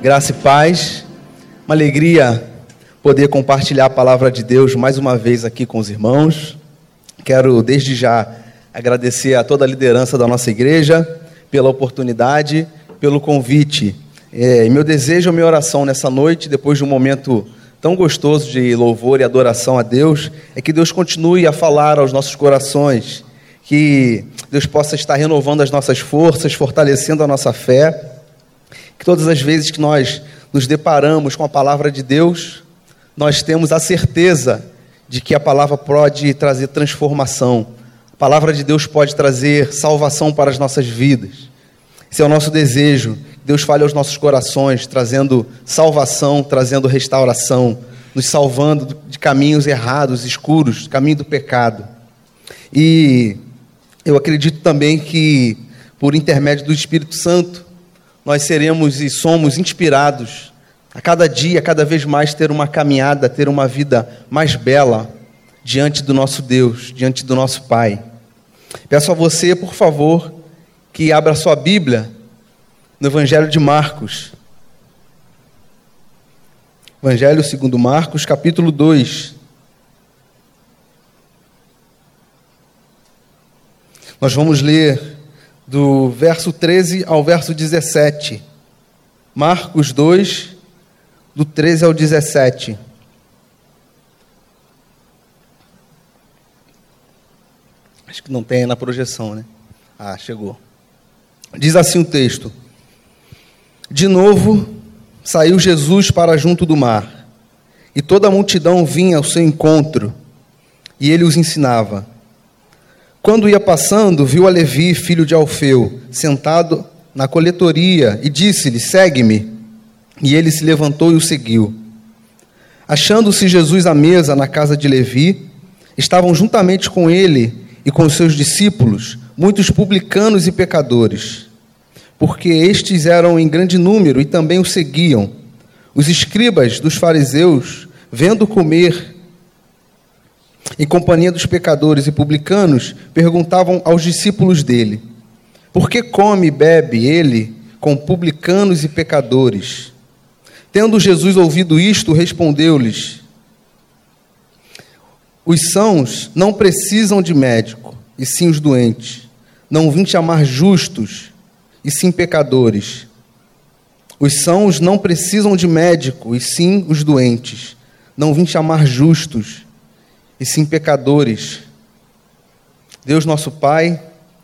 Graça e paz, uma alegria poder compartilhar a palavra de Deus mais uma vez aqui com os irmãos. Quero desde já agradecer a toda a liderança da nossa igreja pela oportunidade, pelo convite. Meu desejo, minha oração nessa noite, depois de um momento tão gostoso de louvor e adoração a Deus, é que Deus continue a falar aos nossos corações, que Deus possa estar renovando as nossas forças, fortalecendo a nossa fé, que todas as vezes que nós nos deparamos com a palavra de Deus, nós temos a certeza de que a palavra pode trazer transformação, a palavra de Deus pode trazer salvação para as nossas vidas. Esse é o nosso desejo, que Deus fale aos nossos corações, trazendo salvação, trazendo restauração, nos salvando de caminhos errados, escuros, caminho do pecado. E eu acredito também que, por intermédio do Espírito Santo, nós seremos e somos inspirados a cada dia, cada vez mais ter uma caminhada, ter uma vida mais bela diante do nosso Deus, diante do nosso Pai. Peço a você, por favor, que abra sua Bíblia no Evangelho de Marcos. Evangelho segundo Marcos, capítulo 2. Nós vamos ler do verso 13 ao verso 17. Marcos 2, do 13 ao 17. Acho que não tem aí na projeção, né? Ah, chegou. Diz assim o texto: De novo saiu Jesus para junto do mar, e toda a multidão vinha ao seu encontro, e ele os ensinava. Quando ia passando, viu a Levi, filho de Alfeu, sentado na coletoria, e disse-lhe: Segue-me. E ele se levantou e o seguiu. Achando-se Jesus à mesa na casa de Levi, estavam juntamente com ele e com seus discípulos muitos publicanos e pecadores, porque estes eram em grande número e também o seguiam. Os escribas dos fariseus, vendo comer em companhia dos pecadores e publicanos, perguntavam aos discípulos dele: Por que come e bebe ele com publicanos e pecadores? Tendo Jesus ouvido isto, respondeu-lhes: Os sãos não precisam de médico, e sim os doentes. Não vim chamar justos, e sim pecadores. Os sãos não precisam de médico, e sim os doentes. Não vim chamar justos, e sim pecadores. Deus nosso Pai,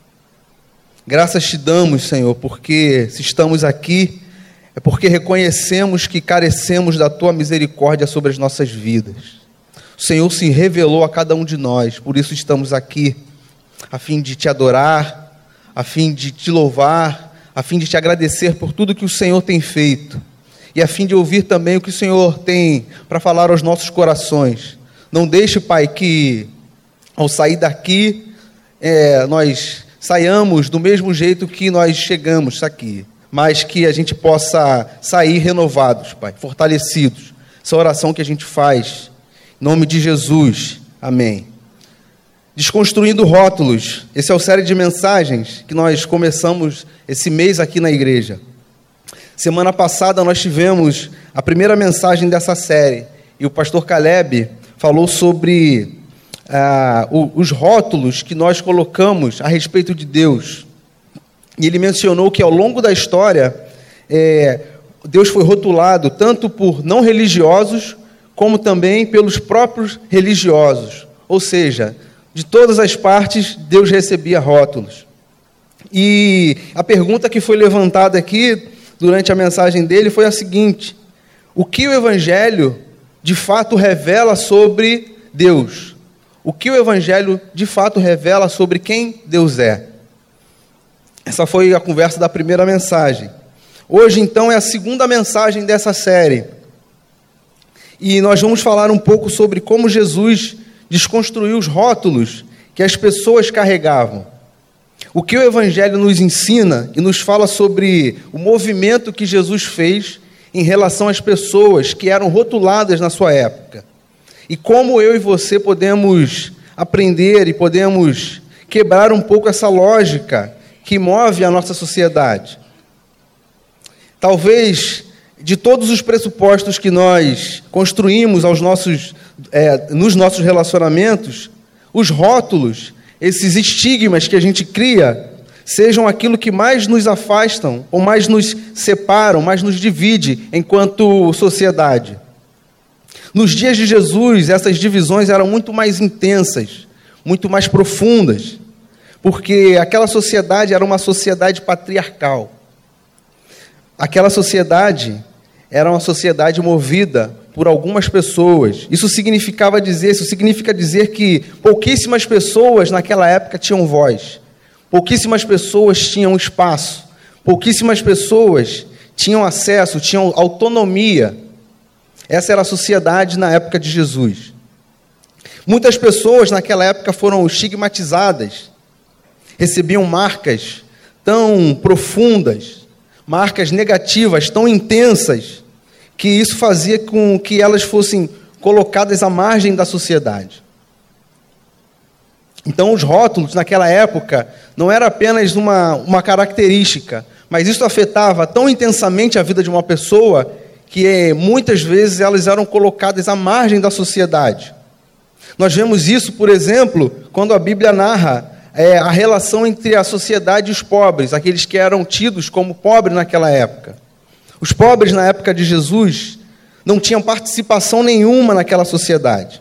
graças te damos, Senhor, porque se estamos aqui, é porque reconhecemos que carecemos da tua misericórdia sobre as nossas vidas. O Senhor se revelou a cada um de nós, por isso estamos aqui, a fim de te adorar, a fim de te louvar, a fim de te agradecer por tudo que o Senhor tem feito, e a fim de ouvir também o que o Senhor tem para falar aos nossos corações. Não deixe, Pai, que ao sair daqui, nós saiamos do mesmo jeito que nós chegamos aqui, mas que a gente possa sair renovados, Pai, fortalecidos. Essa oração que a gente faz, em nome de Jesus, amém. Desconstruindo rótulos, esse é o série de mensagens que nós começamos esse mês aqui na igreja. Semana passada nós tivemos a primeira mensagem dessa série, e o pastor Caleb falou sobre os rótulos que nós colocamos a respeito de Deus. E ele mencionou que ao longo da história, Deus foi rotulado tanto por não religiosos, como também pelos próprios religiosos. Ou seja, de todas as partes, Deus recebia rótulos. E a pergunta que foi levantada aqui, durante a mensagem dele, foi a seguinte: o que o Evangelho de fato revela sobre Deus? O que o Evangelho de fato revela sobre quem Deus é? Essa foi a conversa da primeira mensagem. Hoje, então, é a segunda mensagem dessa série. E nós vamos falar um pouco sobre como Jesus desconstruiu os rótulos que as pessoas carregavam. O que o Evangelho nos ensina e nos fala sobre o movimento que Jesus fez em relação às pessoas que eram rotuladas na sua época. E como eu e você podemos aprender e podemos quebrar um pouco essa lógica que move a nossa sociedade. Talvez de todos os pressupostos que nós construímos nos nossos relacionamentos, os rótulos, esses estigmas que a gente cria, sejam aquilo que mais nos afastam, ou mais nos separam, mais nos divide enquanto sociedade. Nos dias de Jesus, essas divisões eram muito mais intensas, muito mais profundas, porque aquela sociedade era uma sociedade patriarcal. Aquela sociedade era uma sociedade movida por algumas pessoas. Isso significa dizer que pouquíssimas pessoas naquela época tinham voz, pouquíssimas pessoas tinham espaço, pouquíssimas pessoas tinham acesso, tinham autonomia. Essa era a sociedade na época de Jesus. Muitas pessoas naquela época foram estigmatizadas, recebiam marcas tão profundas, marcas negativas tão intensas, que isso fazia com que elas fossem colocadas à margem da sociedade. Então, os rótulos, naquela época, não era apenas uma característica, mas isso afetava tão intensamente a vida de uma pessoa que, muitas vezes, elas eram colocadas à margem da sociedade. Nós vemos isso, por exemplo, quando a Bíblia narra a relação entre a sociedade e os pobres, aqueles que eram tidos como pobres naquela época. Os pobres, na época de Jesus, não tinham participação nenhuma naquela sociedade.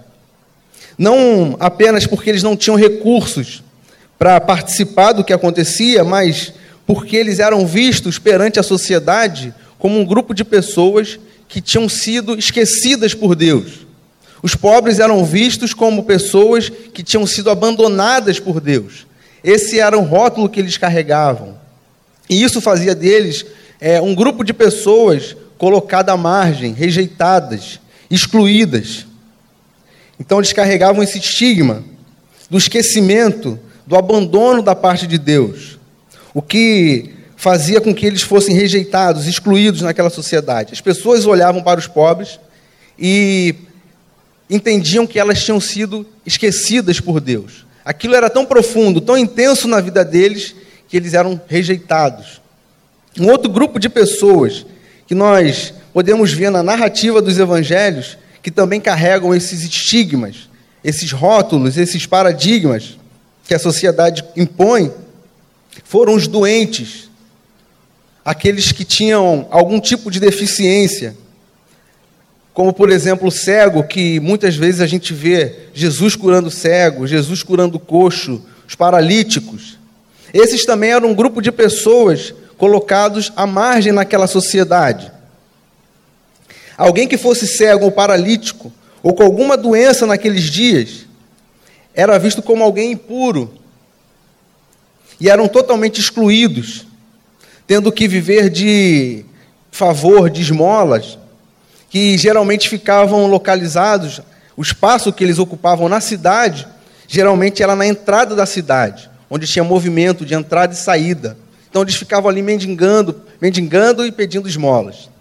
Não apenas porque eles não tinham recursos para participar do que acontecia, mas porque eles eram vistos perante a sociedade como um grupo de pessoas que tinham sido esquecidas por Deus. Os pobres eram vistos como pessoas que tinham sido abandonadas por Deus. Esse era o rótulo que eles carregavam. E isso fazia deles um grupo de pessoas colocado à margem, rejeitadas, excluídas. Então eles carregavam esse estigma do esquecimento, do abandono da parte de Deus, o que fazia com que eles fossem rejeitados, excluídos naquela sociedade. As pessoas olhavam para os pobres e entendiam que elas tinham sido esquecidas por Deus. Aquilo era tão profundo, tão intenso na vida deles, que eles eram rejeitados. Um outro grupo de pessoas que nós podemos ver na narrativa dos evangelhos, que também carregam esses estigmas, esses rótulos, esses paradigmas que a sociedade impõe, foram os doentes, aqueles que tinham algum tipo de deficiência, como, por exemplo, o cego, que muitas vezes a gente vê Jesus curando cego, Jesus curando coxo, os paralíticos. Esses também eram um grupo de pessoas colocados à margem naquela sociedade. Alguém que fosse cego ou paralítico, ou com alguma doença naqueles dias, era visto como alguém impuro, e eram totalmente excluídos, tendo que viver de favor, de esmolas, que geralmente ficavam localizados, o espaço que eles ocupavam na cidade, geralmente era na entrada da cidade, onde tinha movimento de entrada e saída. Então eles ficavam ali mendigando e pedindo esmolas.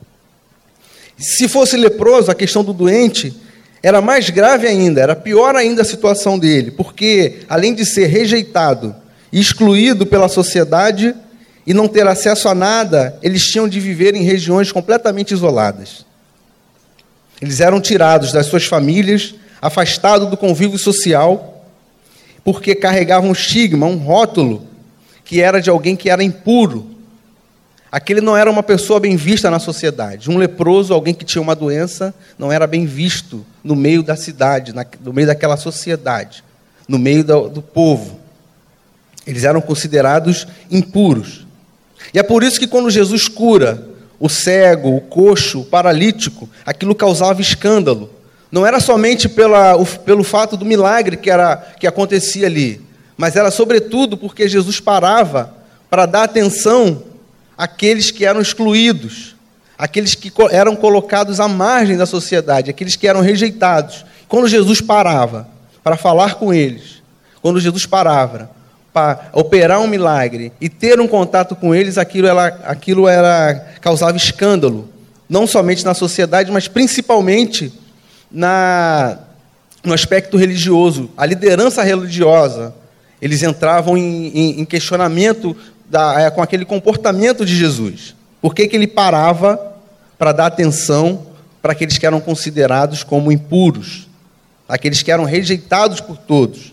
Se fosse leproso, a questão do doente era mais grave ainda, era pior ainda a situação dele, porque além de ser rejeitado e excluído pela sociedade e não ter acesso a nada, eles tinham de viver em regiões completamente isoladas. Eles eram tirados das suas famílias, afastados do convívio social, porque carregavam um estigma, um rótulo, que era de alguém que era impuro. Aquele não era uma pessoa bem vista na sociedade. Um leproso, alguém que tinha uma doença, não era bem visto no meio da cidade, no meio daquela sociedade, no meio do povo. Eles eram considerados impuros. E é por isso que quando Jesus cura o cego, o coxo, o paralítico, aquilo causava escândalo. Não era somente pelo fato do milagre que acontecia ali, mas era sobretudo porque Jesus parava para dar atenção àqueles que eram excluídos, àqueles que eram colocados à margem da sociedade, àqueles que eram rejeitados. Quando Jesus parava para falar com eles, quando Jesus parava para operar um milagre e ter um contato com eles, aquilo causava escândalo, não somente na sociedade, mas principalmente no aspecto religioso, a liderança religiosa. Eles entravam em questionamento com aquele comportamento de Jesus. Por que ele parava para dar atenção para aqueles que eram considerados como impuros, aqueles que eram rejeitados por todos.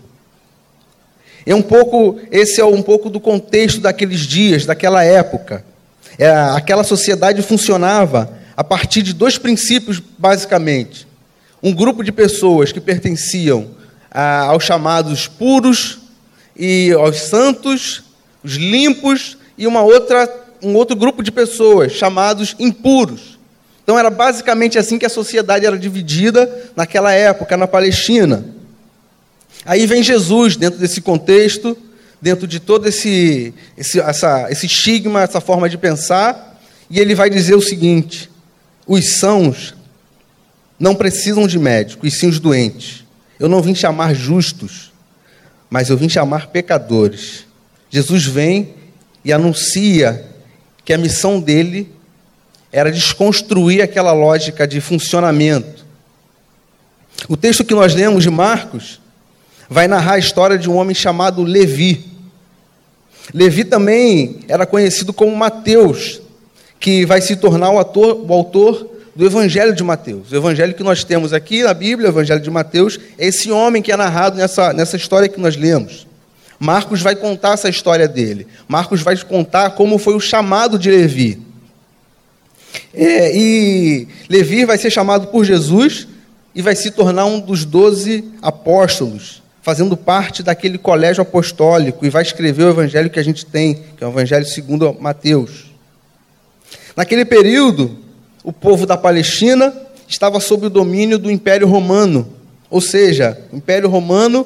Esse é um pouco do contexto daqueles dias, daquela época. Aquela sociedade funcionava a partir de dois princípios, basicamente. Um grupo de pessoas que pertenciam aos chamados puros e aos santos, os limpos, e um outro grupo de pessoas chamados impuros. Então era basicamente assim que a sociedade era dividida naquela época, na Palestina. Aí vem Jesus dentro desse contexto, dentro de todo esse estigma, essa forma de pensar, e ele vai dizer o seguinte: os sãos não precisam de médico, e sim os doentes. Eu não vim chamar justos, mas eu vim chamar pecadores. Jesus vem e anuncia que a missão dele era desconstruir aquela lógica de funcionamento. O texto que nós lemos de Marcos vai narrar a história de um homem chamado Levi. Levi também era conhecido como Mateus, que vai se tornar o autor do Evangelho de Mateus. O Evangelho que nós temos aqui na Bíblia, o Evangelho de Mateus, é esse homem que é narrado nessa história que nós lemos. Marcos vai contar essa história dele. Marcos vai contar como foi o chamado de Levi. E Levi vai ser chamado por Jesus e vai se tornar um dos 12 apóstolos, fazendo parte daquele colégio apostólico, e vai escrever o evangelho que a gente tem, que é o Evangelho segundo Mateus. Naquele período, o povo da Palestina estava sob o domínio do Império Romano, ou seja, o Império Romano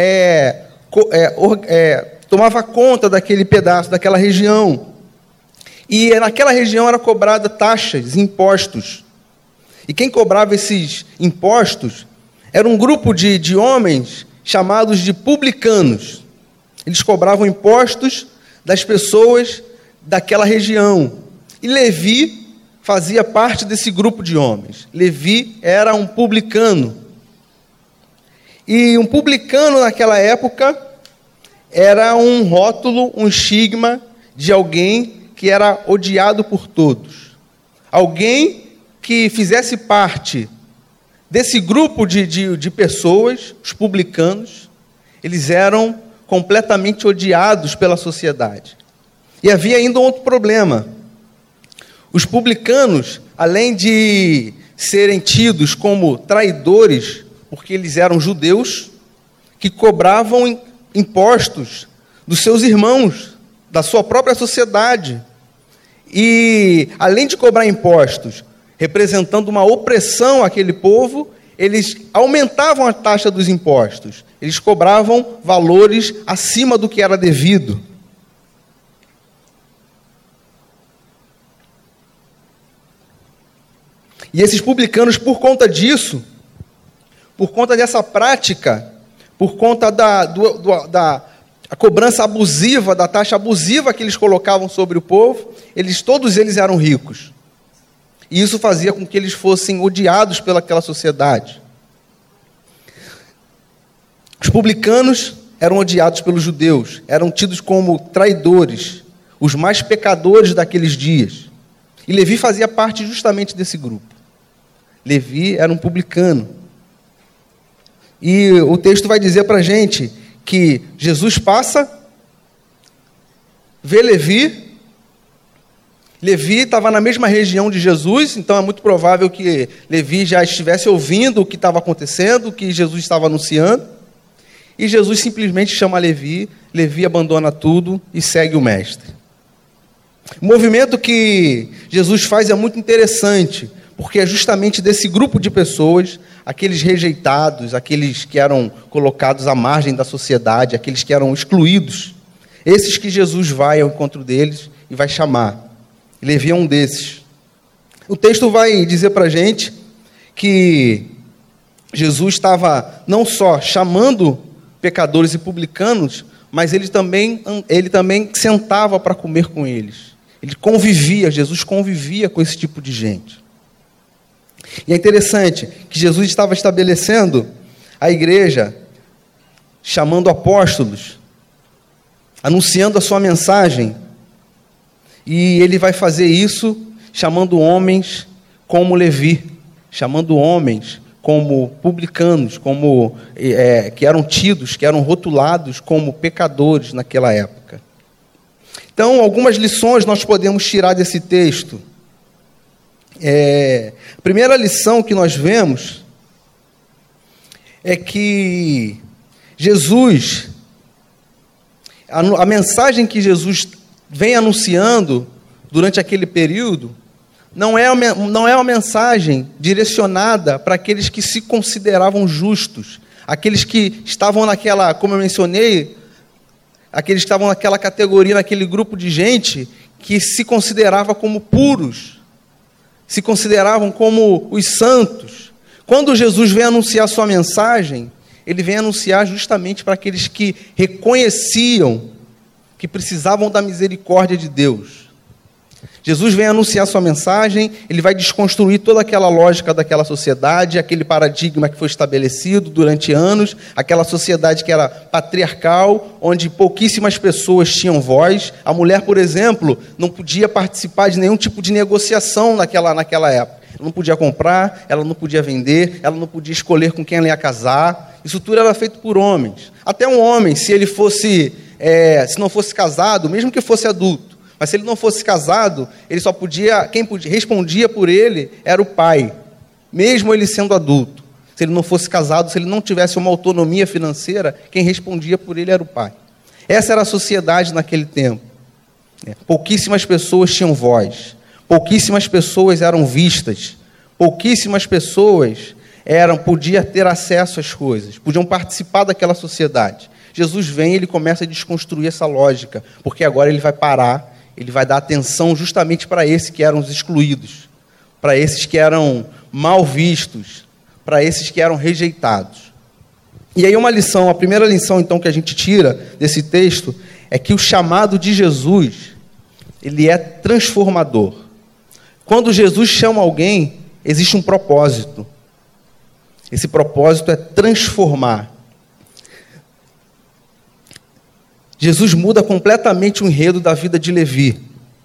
tomava conta daquele pedaço, daquela região, e naquela região era cobrada taxas, impostos, e quem cobrava esses impostos era um grupo de homens chamados de publicanos. Eles cobravam impostos das pessoas daquela região. E Levi fazia parte desse grupo de homens. Levi era um publicano. E um publicano naquela época era um rótulo, um estigma de alguém que era odiado por todos. Alguém que fizesse parte desse grupo de pessoas, os publicanos, eles eram completamente odiados pela sociedade. E havia ainda um outro problema. Os publicanos, além de serem tidos como traidores, porque eles eram judeus, que cobravam impostos dos seus irmãos, da sua própria sociedade. E, além de cobrar impostos, representando uma opressão àquele povo, eles aumentavam a taxa dos impostos. Eles cobravam valores acima do que era devido. E esses publicanos, por conta disso, por conta dessa prática, por conta da cobrança abusiva, da taxa abusiva que eles colocavam sobre o povo, todos eles eram ricos. E isso fazia com que eles fossem odiados pelaquela sociedade. Os publicanos eram odiados pelos judeus, eram tidos como traidores, os mais pecadores daqueles dias. E Levi fazia parte justamente desse grupo. Levi era um publicano. E o texto vai dizer para a gente que Jesus passa, vê Levi. Levi estava na mesma região de Jesus, então é muito provável que Levi já estivesse ouvindo o que estava acontecendo, o que Jesus estava anunciando. E Jesus simplesmente chama Levi, Levi abandona tudo e segue o mestre. O movimento que Jesus faz é muito interessante, porque é justamente desse grupo de pessoas, aqueles rejeitados, aqueles que eram colocados à margem da sociedade, aqueles que eram excluídos, esses que Jesus vai ao encontro deles e vai chamar. Levi é um desses. O texto vai dizer para a gente que Jesus estava não só chamando pecadores e publicanos, mas ele também sentava para comer com eles. Jesus convivia com esse tipo de gente. E é interessante que Jesus estava estabelecendo a igreja, chamando apóstolos, anunciando a sua mensagem, e ele vai fazer isso chamando homens como Levi, chamando homens como publicanos, como que eram tidos, que eram rotulados como pecadores naquela época. Então, algumas lições nós podemos tirar desse texto. A primeira lição que nós vemos é que Jesus, a mensagem que Jesus vem anunciando durante aquele período, não é uma mensagem direcionada para aqueles que se consideravam justos, aqueles que estavam naquela, como eu mencionei, aqueles que estavam naquela categoria, naquele grupo de gente que se considerava como puros, se consideravam como os santos. Quando Jesus vem anunciar sua mensagem, ele vem anunciar justamente para aqueles que reconheciam que precisavam da misericórdia de Deus. Jesus vem anunciar sua mensagem, ele vai desconstruir toda aquela lógica daquela sociedade, aquele paradigma que foi estabelecido durante anos, aquela sociedade que era patriarcal, onde pouquíssimas pessoas tinham voz. A mulher, por exemplo, não podia participar de nenhum tipo de negociação naquela época. Ela não podia comprar, ela não podia vender, ela não podia escolher com quem ela ia casar. Isso tudo era feito por homens. Até um homem, se não fosse casado, mesmo que fosse adulto, mas se ele não fosse casado, ele só podia, respondia por ele era o pai, mesmo ele sendo adulto. Se ele não fosse casado, se ele não tivesse uma autonomia financeira, quem respondia por ele era o pai. Essa era a sociedade naquele tempo. Pouquíssimas pessoas tinham voz, pouquíssimas pessoas eram vistas, pouquíssimas pessoas podiam ter acesso às coisas, podiam participar daquela sociedade. Jesus vem e ele começa a desconstruir essa lógica, porque agora ele vai parar, ele vai dar atenção justamente para esses que eram os excluídos, para esses que eram mal vistos, para esses que eram rejeitados. E aí a primeira lição então que a gente tira desse texto é que o chamado de Jesus, ele é transformador. Quando Jesus chama alguém, existe um propósito. Esse propósito é transformar. Jesus muda completamente o enredo da vida de Levi.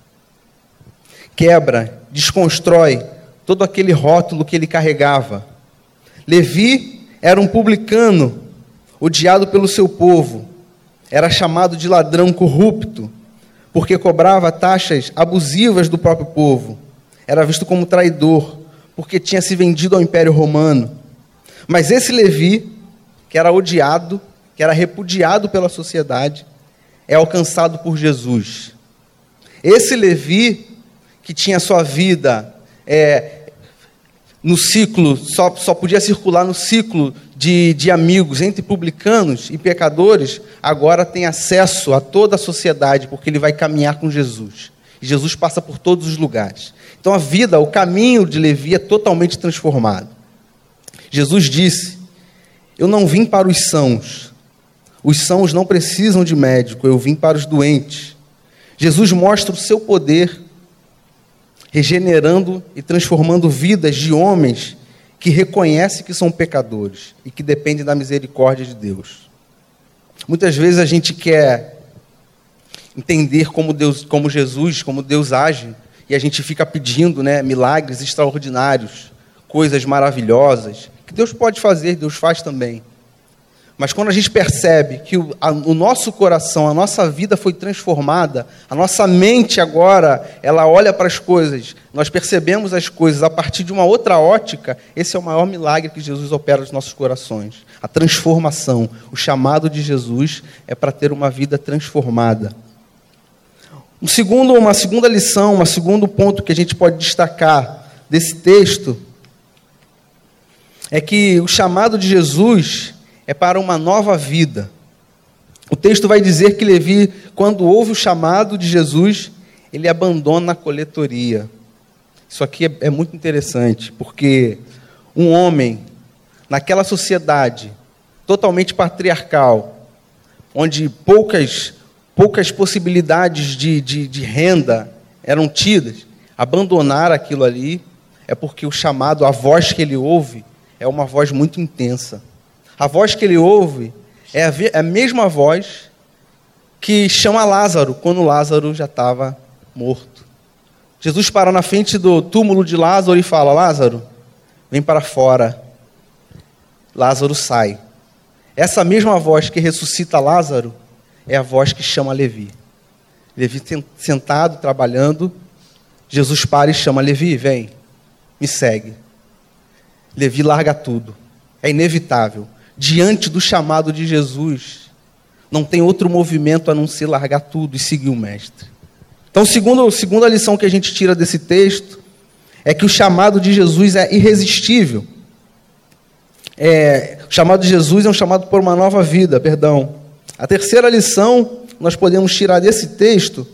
Quebra, desconstrói todo aquele rótulo que ele carregava. Levi era um publicano, odiado pelo seu povo. Era chamado de ladrão corrupto, porque cobrava taxas abusivas do próprio povo. Era visto como traidor, porque tinha se vendido ao Império Romano. Mas esse Levi, que era odiado, que era repudiado pela sociedade, é alcançado por Jesus. Esse Levi, que tinha sua vida no ciclo, só podia circular no ciclo de amigos entre publicanos e pecadores, agora tem acesso a toda a sociedade, porque ele vai caminhar com Jesus. E Jesus passa por todos os lugares. Então o caminho de Levi é totalmente transformado. Jesus disse: eu não vim para os sãos não precisam de médico, eu vim para os doentes. Jesus mostra o seu poder, regenerando e transformando vidas de homens que reconhecem que são pecadores e que dependem da misericórdia de Deus. Muitas vezes a gente quer entender como Deus age, e a gente fica pedindo, milagres extraordinários, coisas maravilhosas, que Deus pode fazer, Deus faz também. Mas quando a gente percebe que o nosso coração, a nossa vida foi transformada, a nossa mente agora, ela olha para as coisas, nós percebemos as coisas a partir de uma outra ótica, esse é o maior milagre que Jesus opera nos nossos corações. A transformação, o chamado de Jesus é para ter uma vida transformada. Uma segunda lição, um segundo ponto que a gente pode destacar desse texto, é que o chamado de Jesus é para uma nova vida. O texto vai dizer que Levi, quando ouve o chamado de Jesus, ele abandona a coletoria. Isso aqui é muito interessante, porque um homem, naquela sociedade totalmente patriarcal, onde poucas possibilidades de renda eram tidas, abandonar aquilo ali é porque o chamado, a voz que ele ouve, é uma voz muito intensa. A voz que ele ouve é a mesma voz que chama Lázaro, quando Lázaro já estava morto. Jesus para na frente do túmulo de Lázaro e fala: Lázaro, vem para fora. Lázaro sai. Essa mesma voz que ressuscita Lázaro é a voz que chama Levi. Levi sentado, trabalhando, Jesus para e chama: Levi, vem, me segue. Levi larga tudo. É inevitável. Diante do chamado de Jesus, não tem outro movimento a não ser largar tudo e seguir o Mestre. Então, segunda lição que a gente tira desse texto é que o chamado de Jesus é irresistível. O chamado de Jesus é um chamado por uma nova vida, perdão. A terceira lição nós podemos tirar desse texto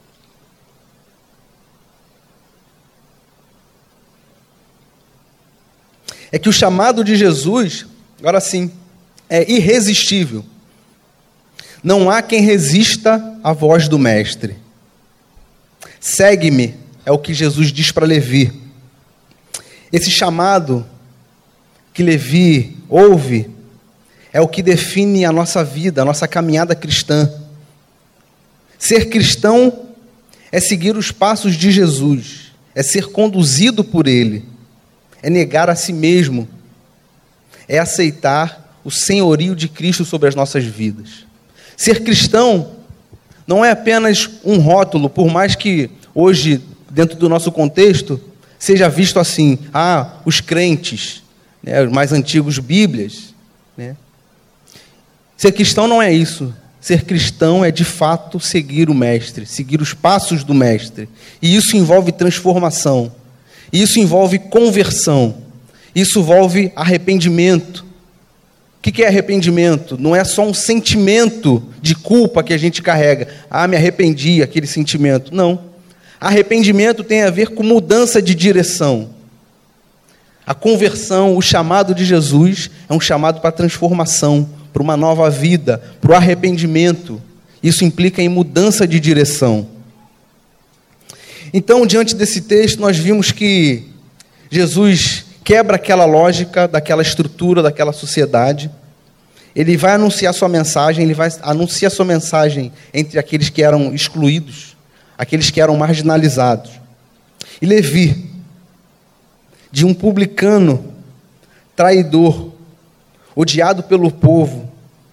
é que o chamado de Jesus, agora sim, é irresistível. Não há quem resista à voz do Mestre. Segue-me, é o que Jesus diz para Levi. Esse chamado que Levi ouve é o que define a nossa vida, a nossa caminhada cristã. Ser cristão é seguir os passos de Jesus, é ser conduzido por Ele, é negar a si mesmo, é aceitar o senhorio de Cristo sobre as nossas vidas. Ser cristão não é apenas um rótulo, por mais que hoje, dentro do nosso contexto, seja visto assim: os crentes, né, os mais antigos Bíblias. Né? Ser cristão não é isso. Ser cristão é, de fato, seguir o Mestre, seguir os passos do Mestre. E isso envolve transformação. Isso envolve conversão. Isso envolve arrependimento. O que é arrependimento? Não é só um sentimento de culpa que a gente carrega. Me arrependi, aquele sentimento. Não. Arrependimento tem a ver com mudança de direção. A conversão, o chamado de Jesus, é um chamado para transformação, para uma nova vida, para o arrependimento. Isso implica em mudança de direção. Então, diante desse texto, nós vimos que Jesus quebra aquela lógica, daquela estrutura, daquela sociedade. Ele vai anunciar sua mensagem, ele vai anunciar sua mensagem entre aqueles que eram excluídos, aqueles que eram marginalizados. E Levi, de um publicano, traidor, odiado pelo povo,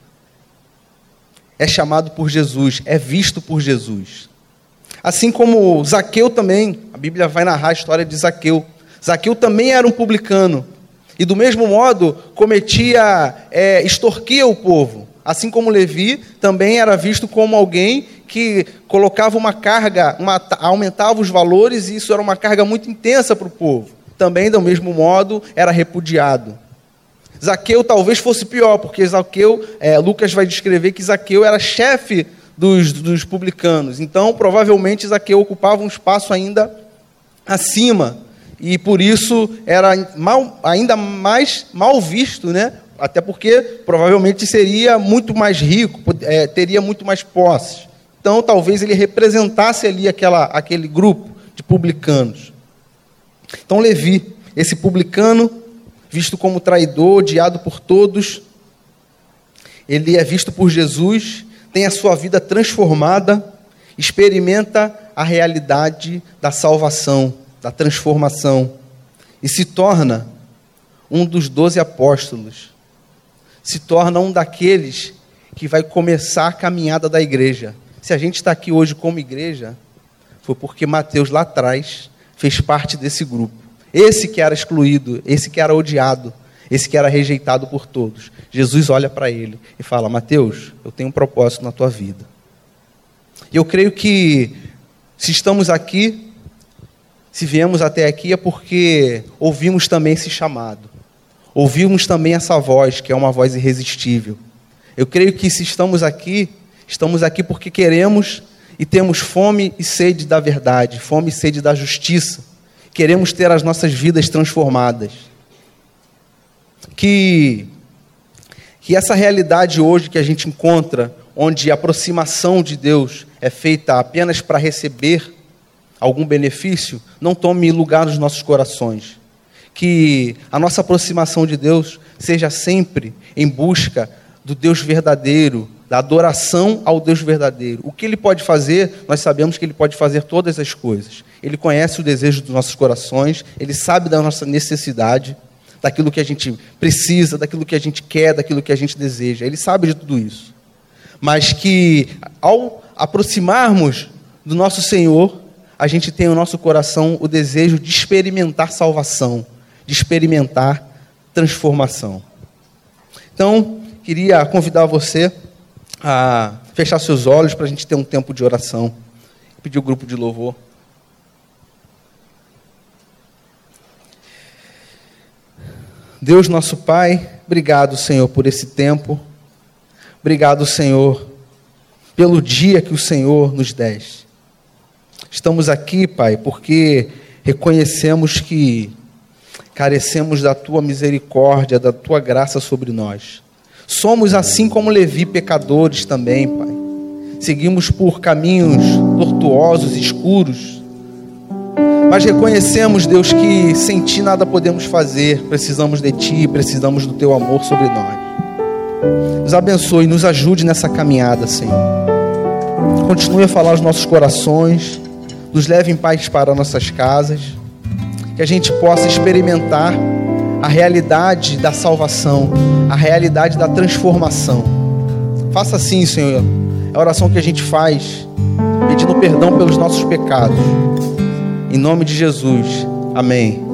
é chamado por Jesus, é visto por Jesus. Assim como Zaqueu também, a Bíblia vai narrar a história de Zaqueu. Zaqueu também era um publicano, e do mesmo modo extorquia o povo. Assim como Levi também era visto como alguém que colocava uma carga, aumentava os valores, e isso era uma carga muito intensa para o povo. Também, do mesmo modo, era repudiado. Zaqueu talvez fosse pior, porque Lucas vai descrever que Zaqueu era chefe dos publicanos. Então, provavelmente, Zaqueu ocupava um espaço ainda acima, e por isso era ainda mais mal visto, né? Até porque provavelmente seria muito mais rico, teria muito mais posses. Então, talvez ele representasse ali aquele grupo de publicanos. Então, Levi, esse publicano, visto como traidor, odiado por todos, ele é visto por Jesus, tem a sua vida transformada, experimenta a realidade da salvação, da transformação, e se torna um dos 12 apóstolos, se torna um daqueles que vai começar a caminhada da igreja. Se a gente está aqui hoje como igreja, foi porque Mateus lá atrás fez parte desse grupo. Esse que era excluído, esse que era odiado, esse que era rejeitado por todos. Jesus olha para ele e fala: Mateus, eu tenho um propósito na tua vida. E eu creio que se estamos aqui, se viemos até aqui, é porque ouvimos também esse chamado. Ouvimos também essa voz, que é uma voz irresistível. Eu creio que se estamos aqui porque queremos e temos fome e sede da verdade, fome e sede da justiça. Queremos ter as nossas vidas transformadas. Que essa realidade hoje que a gente encontra, onde a aproximação de Deus é feita apenas para receber algum benefício, não tome lugar nos nossos corações. Que a nossa aproximação de Deus seja sempre em busca do Deus verdadeiro, da adoração ao Deus verdadeiro. O que Ele pode fazer? Nós sabemos que Ele pode fazer todas as coisas. Ele conhece o desejo dos nossos corações, Ele sabe da nossa necessidade, daquilo que a gente precisa, daquilo que a gente quer, daquilo que a gente deseja. Ele sabe de tudo isso. Mas que, ao aproximarmos do nosso Senhor, a gente tem no nosso coração o desejo de experimentar salvação, de experimentar transformação. Então, queria convidar você a fechar seus olhos para a gente ter um tempo de oração. Pedir o grupo de louvor. Deus nosso Pai, obrigado, Senhor, por esse tempo. Obrigado, Senhor, pelo dia que o Senhor nos deste. Estamos aqui, Pai, porque reconhecemos que carecemos da Tua misericórdia, da Tua graça sobre nós. Somos assim como Levi, pecadores também, Pai. Seguimos por caminhos tortuosos, escuros. Mas reconhecemos, Deus, que sem Ti nada podemos fazer. Precisamos de Ti, precisamos do Teu amor sobre nós. Nos abençoe, nos ajude nessa caminhada, Senhor. Continue a falar aos nossos corações. Nos leve em paz para nossas casas. Que a gente possa experimentar a realidade da salvação, a realidade da transformação. Faça assim, Senhor. É a oração que a gente faz, pedindo perdão pelos nossos pecados. Em nome de Jesus. Amém.